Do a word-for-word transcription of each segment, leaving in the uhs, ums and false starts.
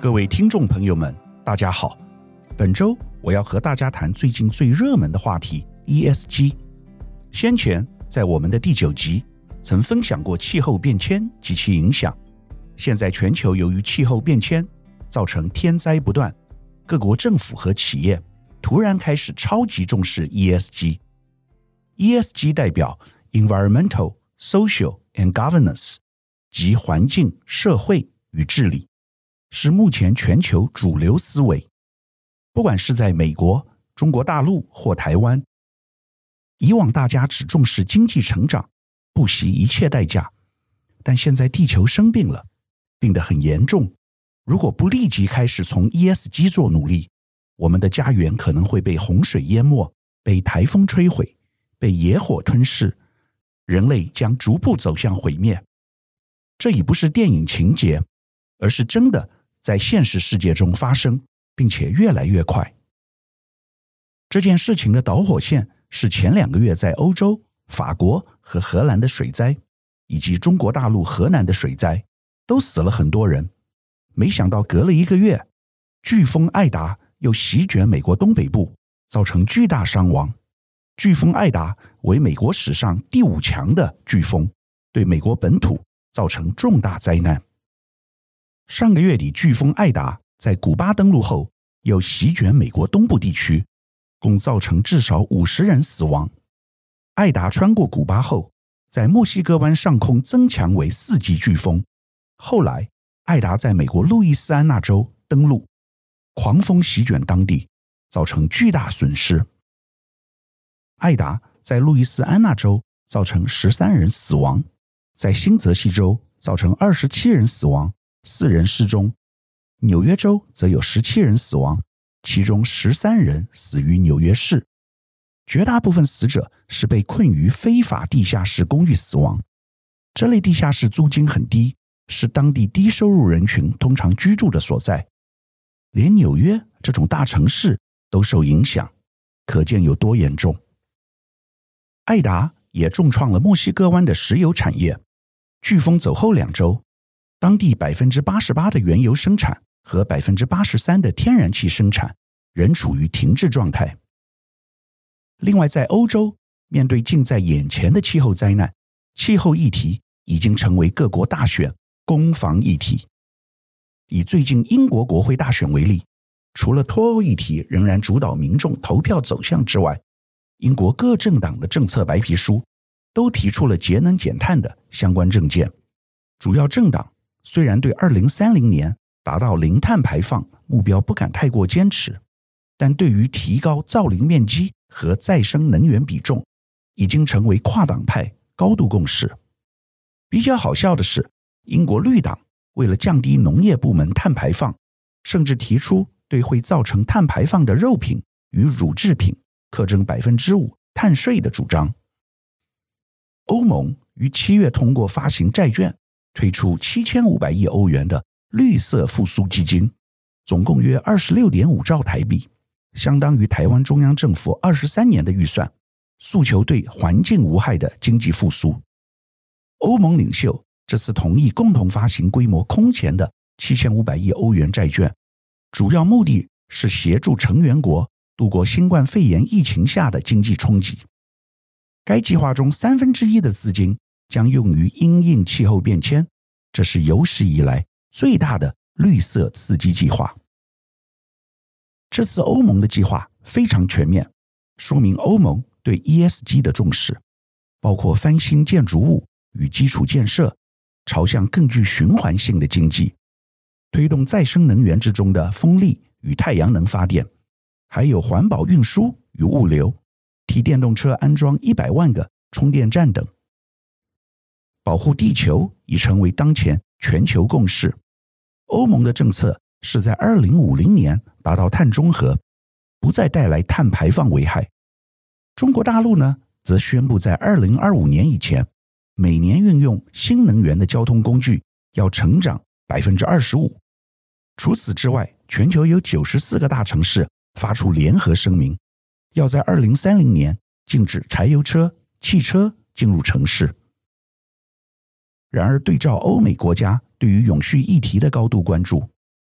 各位听众朋友们，大家好。本周我要和大家谈最近最热门的话题 E S G。 先前在我们的第九集曾分享过气候变迁及其影响。现在全球由于气候变迁造成天灾不断，各国政府和企业突然开始超级重视 E S G。E S G 代表 Environmental, Social and Governance， 即环境、社会与治理，是目前全球主流思维。不管是在美国、中国大陆或台湾，以往大家只重视经济成长，不惜一切代价。但现在地球生病了，病得很严重，如果不立即开始从 E S G 做努力，我们的家园可能会被洪水淹没，被台风摧毁，被野火吞噬，人类将逐步走向毁灭。这已不是电影情节，而是真的在现实世界中发生，并且越来越快。这件事情的导火线是前两个月在欧洲、法国和荷兰的水灾，以及中国大陆河南的水灾，都死了很多人。没想到隔了一个月，飓风艾达又席卷美国东北部，造成巨大伤亡。飓风艾达为美国史上第五强的飓风，对美国本土造成重大灾难。上个月底，飓风艾达在古巴登陆后，又席卷美国东部地区，共造成至少五十人死亡。艾达穿过古巴后，在墨西哥湾上空增强为四级飓风。后来，艾达在美国路易斯安那州登陆，狂风席卷当地，造成巨大损失。艾达在路易斯安那州造成十三人死亡，在新泽西州造成二十七人死亡，四人失踪。纽约州则有十七人死亡，其中十三人死于纽约市。绝大部分死者是被困于非法地下室公寓死亡。这类地下室租金很低，是当地低收入人群通常居住的所在。连纽约这种大城市都受影响，可见有多严重。艾达也重创了墨西哥湾的石油产业。飓风走后两周，当地 百分之八十八 的原油生产和 百分之八十三 的天然气生产仍处于停滞状态。另外，在欧洲，面对近在眼前的气候灾难，气候议题已经成为各国大选攻防议题。以最近英国国会大选为例，除了脱欧议题仍然主导民众投票走向之外，英国各政党的政策白皮书都提出了节能减碳的相关政见。主要政党虽然对二零三零年达到零碳排放目标不敢太过坚持，但对于提高造林面积和再生能源比重，已经成为跨党派高度共识。比较好笑的是，英国绿党为了降低农业部门碳排放，甚至提出对会造成碳排放的肉品与乳制品课征 百分之五 碳税的主张。欧盟于七月通过发行债券，推出七千五百亿欧元的绿色复苏基金，总共约 二十六点五兆台币，相当于台湾中央政府二十三年的预算，诉求对环境无害的经济复苏。欧盟领袖这次同意共同发行规模空前的七千五百亿欧元债券，主要目的是协助成员国度过新冠肺炎疫情下的经济冲击。该计划中三分之一的资金将用于因应气候变迁，这是有史以来最大的绿色刺激计划。这次欧盟的计划非常全面，说明欧盟对 E S G 的重视，包括翻新建筑物与基础建设，朝向更具循环性的经济，推动再生能源之中的风力与太阳能发电，还有环保运输与物流，替电动车安装一百万个充电站等。保护地球已成为当前全球共识。欧盟的政策是在二零五零年达到碳中和，不再带来碳排放危害。中国大陆呢，则宣布在二零二五年以前，每年运用新能源的交通工具要成长 百分之二十五。除此之外，全球有九十四个大城市发出联合声明，要在二零三零年禁止柴油车、汽车进入城市。然而，对照欧美国家对于永续议题的高度关注，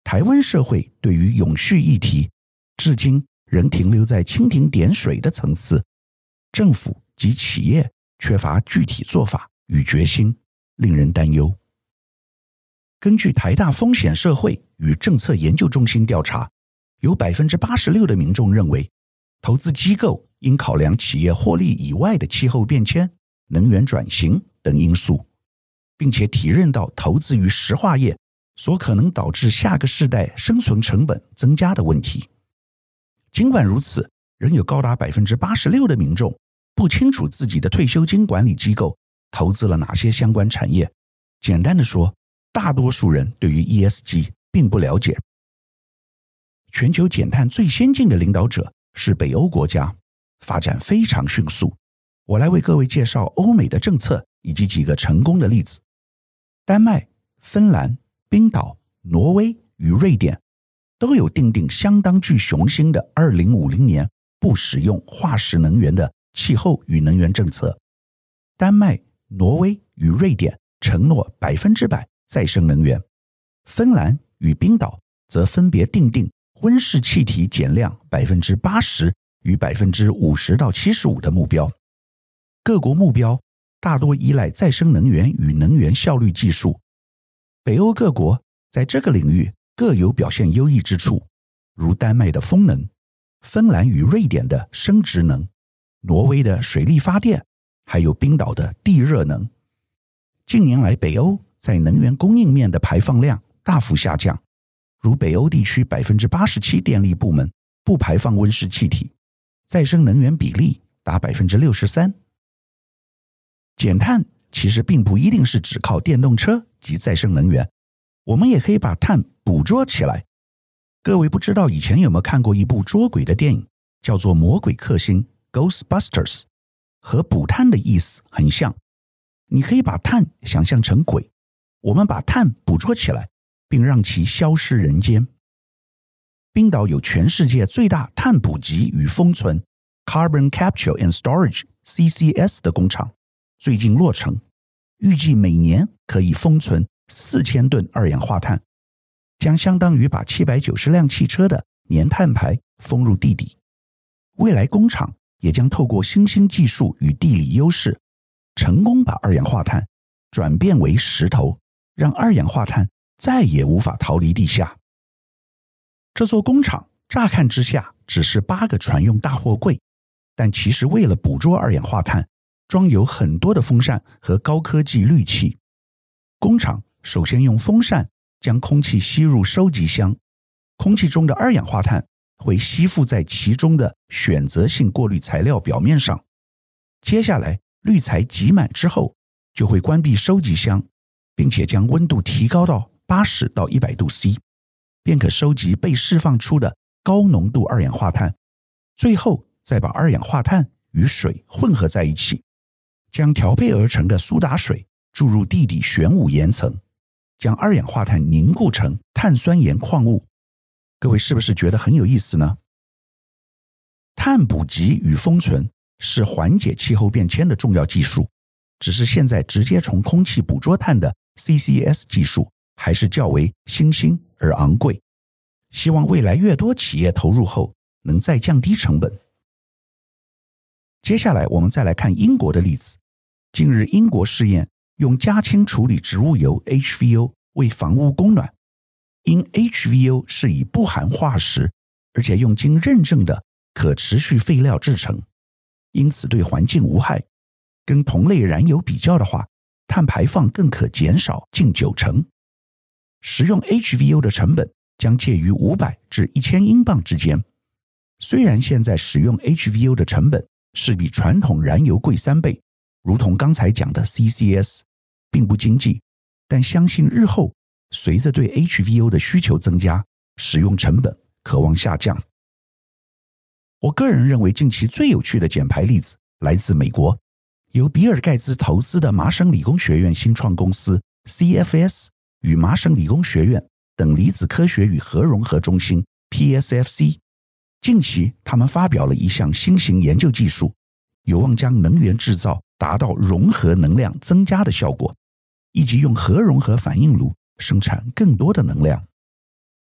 台湾社会对于永续议题至今仍停留在蜻蜓点水的层次，政府及企业缺乏具体做法与决心，令人担忧。根据台大风险社会与政策研究中心调查，有 百分之八十六 的民众认为，投资机构应考量企业获利以外的气候变迁、能源转型等因素，并且体认到投资于石化业所可能导致下个世代生存成本增加的问题。尽管如此，仍有高达 百分之八十六 的民众不清楚自己的退休金管理机构投资了哪些相关产业。简单的说，大多数人对于 E S G 并不了解。全球减碳最先进的领导者是北欧国家，发展非常迅速。我来为各位介绍欧美的政策以及几个成功的例子。丹麦、芬兰、冰岛、挪威与瑞典都有订定相当具雄心的二零五零年不使用化石能源的气候与能源政策。丹麦、挪威与瑞典承诺百分之百再生能源，芬兰与冰岛则分别订定温室气体减量百分之八十与百分之五十到七十五的目标。各国目标大多依赖再生能源与能源效率技术。北欧各国在这个领域各有表现优异之处，如丹麦的风能，芬兰与瑞典的生殖能，挪威的水力发电，还有冰岛的地热能。近年来，北欧在能源供应面的排放量大幅下降，如北欧地区 百分之八十七 电力部门不排放温室气体，再生能源比例达 百分之六十三。减碳其实并不一定是只靠电动车及再生能源，我们也可以把碳捕捉起来。各位不知道以前有没有看过一部捉鬼的电影，叫做《魔鬼克星》 Ghostbusters， 和捕碳的意思很像。你可以把碳想象成鬼，我们把碳捕捉起来，并让其消失人间。冰岛有全世界最大碳捕集与封存 Carbon Capture and Storage C C S 的工厂，最近落成，预计每年可以封存四千吨二氧化碳，将相当于把七百九十辆汽车的年碳排封入地底。未来工厂也将透过新兴技术与地理优势，成功把二氧化碳转变为石头，让二氧化碳再也无法逃离地下。这座工厂乍看之下只是八个船用大货柜，但其实为了捕捉二氧化碳，装有很多的风扇和高科技滤器。工厂首先用风扇将空气吸入收集箱，空气中的二氧化碳会吸附在其中的选择性过滤材料表面上。接下来滤材挤满之后，就会关闭收集箱，并且将温度提高到八十到一百度 C， 便可收集被释放出的高浓度二氧化碳。最后再把二氧化碳与水混合在一起，将调配而成的苏打水注入地底玄武岩层，将二氧化碳凝固成碳酸盐矿物。各位是不是觉得很有意思呢？碳捕集与封存是缓解气候变迁的重要技术，只是现在直接从空气捕捉碳的 C C S 技术还是较为新兴而昂贵。希望未来越多企业投入后，能再降低成本。接下来我们再来看英国的例子。近日英国试验用加氢处理植物油 H V O 为房屋供暖，因 H V O 是以不含化石而且用经认证的可持续废料制成，因此对环境无害。跟同类燃油比较的话，碳排放更可减少近九成。使用 H V O 的成本将介于五百至一千英镑之间。虽然现在使用 H V O 的成本是比传统燃油贵三倍，如同刚才讲的 C C S， 并不经济，但相信日后随着对 H V O 的需求增加，使用成本可望下降。我个人认为近期最有趣的减排例子来自美国，由比尔盖茨投资的麻省理工学院新创公司 C F S 与麻省理工学院等离子科学与核融合中心 P S F C， 近期他们发表了一项新型研究技术，有望将能源制造达到融合能量增加的效果，以及用核融合反应炉生产更多的能量。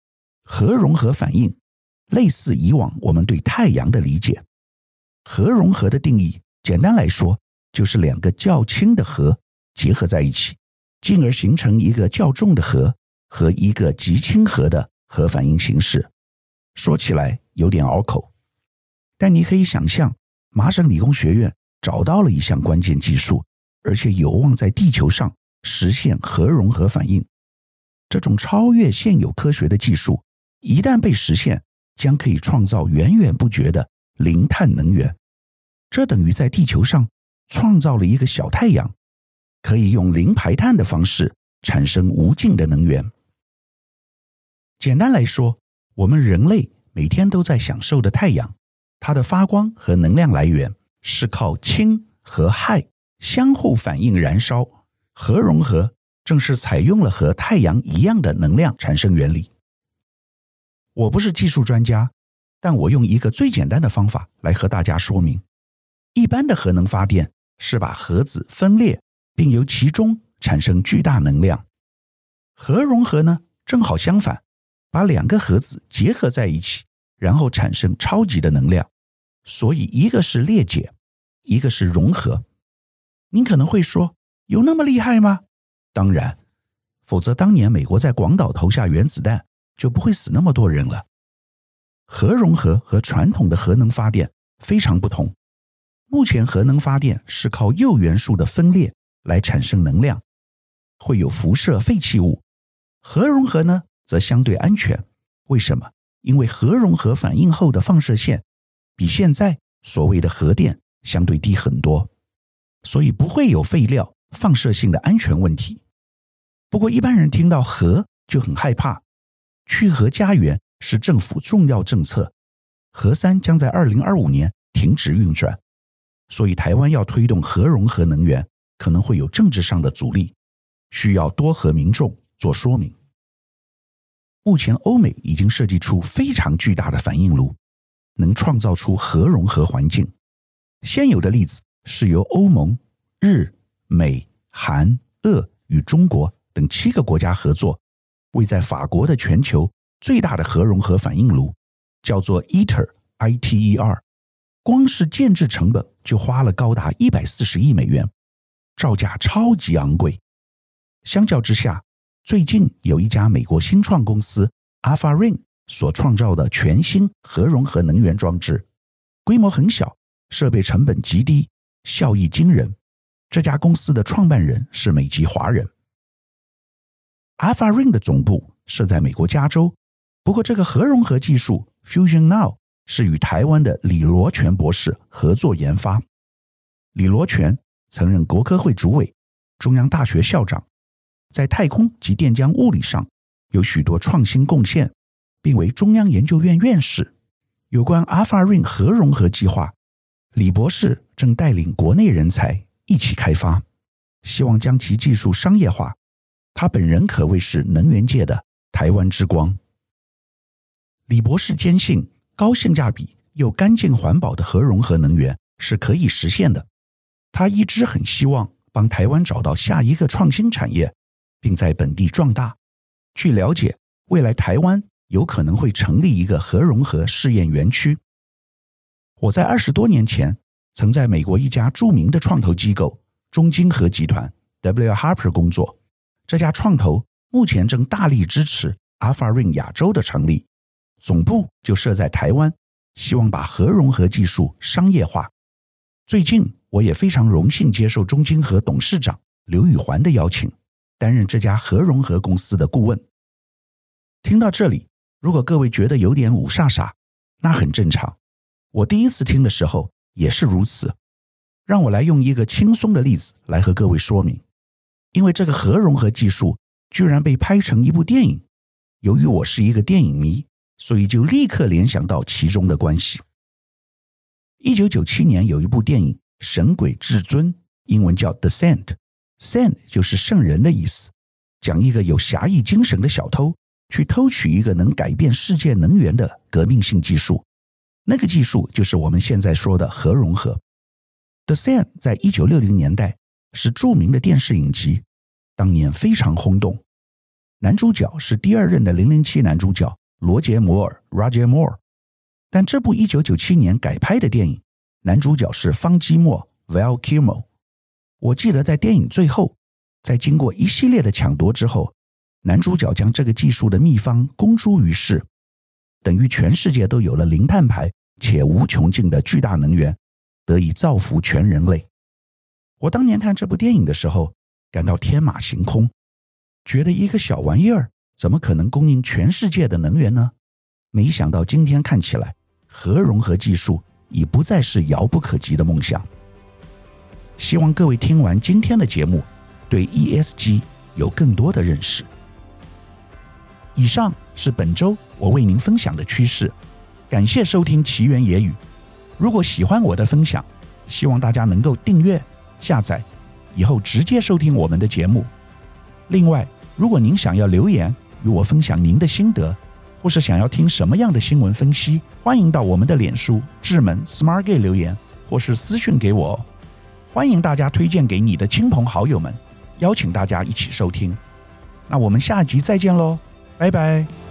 核融合反应类似以往我们对太阳的理解。核融合的定义简单来说，就是两个较轻的核结合在一起，进而形成一个较重的核和一个极轻核的核反应形式。说起来有点拗口，但你可以想象，麻省理工学院找到了一项关键技术，而且有望在地球上实现核融合反应。这种超越现有科学的技术，一旦被实现，将可以创造源源不绝的零碳能源。这等于在地球上创造了一个小太阳，可以用零排碳的方式产生无尽的能源。简单来说，我们人类每天都在享受的太阳，它的发光和能量来源是靠氢和氦相互反应燃烧。核融合正是采用了和太阳一样的能量产生原理。我不是技术专家，但我用一个最简单的方法来和大家说明。一般的核能发电是把核子分裂，并由其中产生巨大能量。核融合呢，正好相反，把两个核子结合在一起，然后产生超级的能量。所以一个是裂解，一个是融合。您可能会说，有那么厉害吗？当然，否则当年美国在广岛投下原子弹，就不会死那么多人了。核融合和传统的核能发电非常不同。目前核能发电是靠铀元素的分裂来产生能量，会有辐射废弃物。核融合呢，则相对安全。为什么？因为核融合反应后的放射线比现在所谓的核电相对低很多，所以不会有废料放射性的安全问题。不过一般人听到核就很害怕，去核家园是政府重要政策，核三将在二零二五年停止运转，所以台湾要推动核融合能源可能会有政治上的阻力，需要多和民众做说明。目前欧美已经设计出非常巨大的反应炉，能创造出核融合环境。现有的例子是由欧盟、日、美、韩、俄与中国等七个国家合作，为在法国的全球最大的核融合反应炉，叫做 I T E R I T E R， 光是建制成本就花了高达一百四十亿美元，造价超级昂贵。相较之下，最近有一家美国新创公司 AlphaRing 所创造的全新核融合能源装置，规模很小，设备成本极低，效益惊人。这家公司的创办人是美籍华人。AlphaRing 的总部设在美国加州，不过这个核融合技术 Fusion Now 是与台湾的李罗全博士合作研发。李罗全曾任国科会主委、中央大学校长，在太空及电浆物理上有许多创新贡献，并为中央研究院院士。有关 AlphaRing 核融合计划，李博士正带领国内人才一起开发，希望将其技术商业化。他本人可谓是能源界的台湾之光。李博士坚信，高性价比又干净环保的核融合能源是可以实现的。他一直很希望帮台湾找到下一个创新产业，并在本地壮大。据了解，未来台湾有可能会成立一个核融合试验园区。我在二十多年前曾在美国一家著名的创投机构中晶核集团 W. Harper 工作。这家创投目前正大力支持 AlphaRing 亚洲的成立，总部就设在台湾，希望把核融合技术商业化。最近我也非常荣幸接受中晶核董事长刘宇环的邀请，担任这家核融合公司的顾问。听到这里，如果各位觉得有点五煞煞，那很正常。我第一次听的时候也是如此。让我来用一个轻松的例子来和各位说明。因为这个核融合技术居然被拍成一部电影，由于我是一个电影迷，所以就立刻联想到其中的关系。一九九七年有一部电影《神鬼至尊》，英文叫 Descent， Saint 就是圣人的意思，讲一个有侠义精神的小偷去偷取一个能改变世界能源的革命性技术，那个技术就是我们现在说的核融合。Descent 在一九六零年代是著名的电视影集，当年非常轰动。男主角是第二任的零零七男主角罗杰·摩尔 Roger Moore， 但这部一九九七年改拍的电影，男主角是方基莫 Val Kilmer。 我记得在电影最后，在经过一系列的抢夺之后，男主角将这个技术的秘方公诸于世，等于全世界都有了零碳排且无穷尽的巨大能源，得以造福全人类。我当年看这部电影的时候，感到天马行空，觉得一个小玩意儿怎么可能供应全世界的能源呢？没想到今天看起来，核融合技术已不再是遥不可及的梦想。希望各位听完今天的节目，对 E S G 有更多的认识。以上是本周我为您分享的趋势，感谢收听奇缘野语。如果喜欢我的分享，希望大家能够订阅、下载，以后直接收听我们的节目。另外，如果您想要留言与我分享您的心得，或是想要听什么样的新闻分析，欢迎到我们的脸书智门 Smart Gay 留言，或是私讯给我哦。欢迎大家推荐给你的亲朋好友们，邀请大家一起收听。那我们下集再见喽，拜拜。